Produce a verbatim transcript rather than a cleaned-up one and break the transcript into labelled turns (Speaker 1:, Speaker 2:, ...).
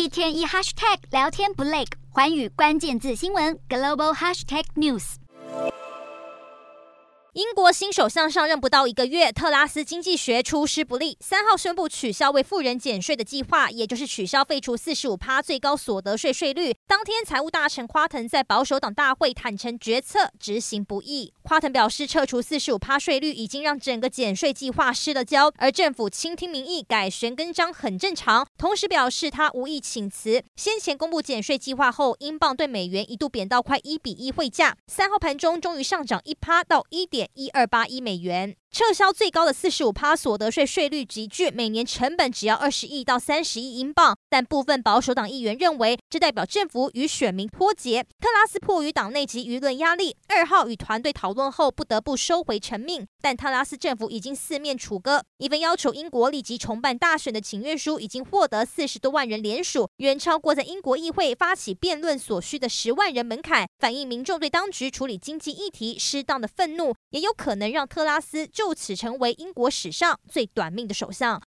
Speaker 1: 一天一 hashtag 聊天不累，寰宇关键字新闻 global hashtag news。
Speaker 2: 英国新首相上任不到一个月，特拉斯经济学出师不利，三号宣布取消为富人减税的计划，也就是取消废除 百分之四十五 最高所得税税率。当天，财务大臣夸腾在保守党大会坦承决策执行不易。夸腾表示，撤除 百分之四十五 税率已经让整个减税计划失了焦，而政府倾听民意改弦更张很正常。同时表示，他无意请辞。先前公布减税计划后，英镑对美元一度贬到快一比一汇价，三号盘中终于上涨 百分之一 到一点一二八一美元。撤销最高的 百分之四十五 所得税税率集聚，每年成本只要二十亿到三十亿英镑。但部分保守党议员认为，这代表政府与选民脱节。特拉斯迫于党内及舆论压力，二号与团队讨论后，不得不收回成命。但特拉斯政府已经四面楚歌，一份要求英国立即重办大选的请愿书已经获得四十多万人联署，远超过在英国议会发起辩论所需的十万人门槛，反映民众对当局处理经济议题失当的愤怒，也有可能让特拉斯就此成为英国史上最短命的首相。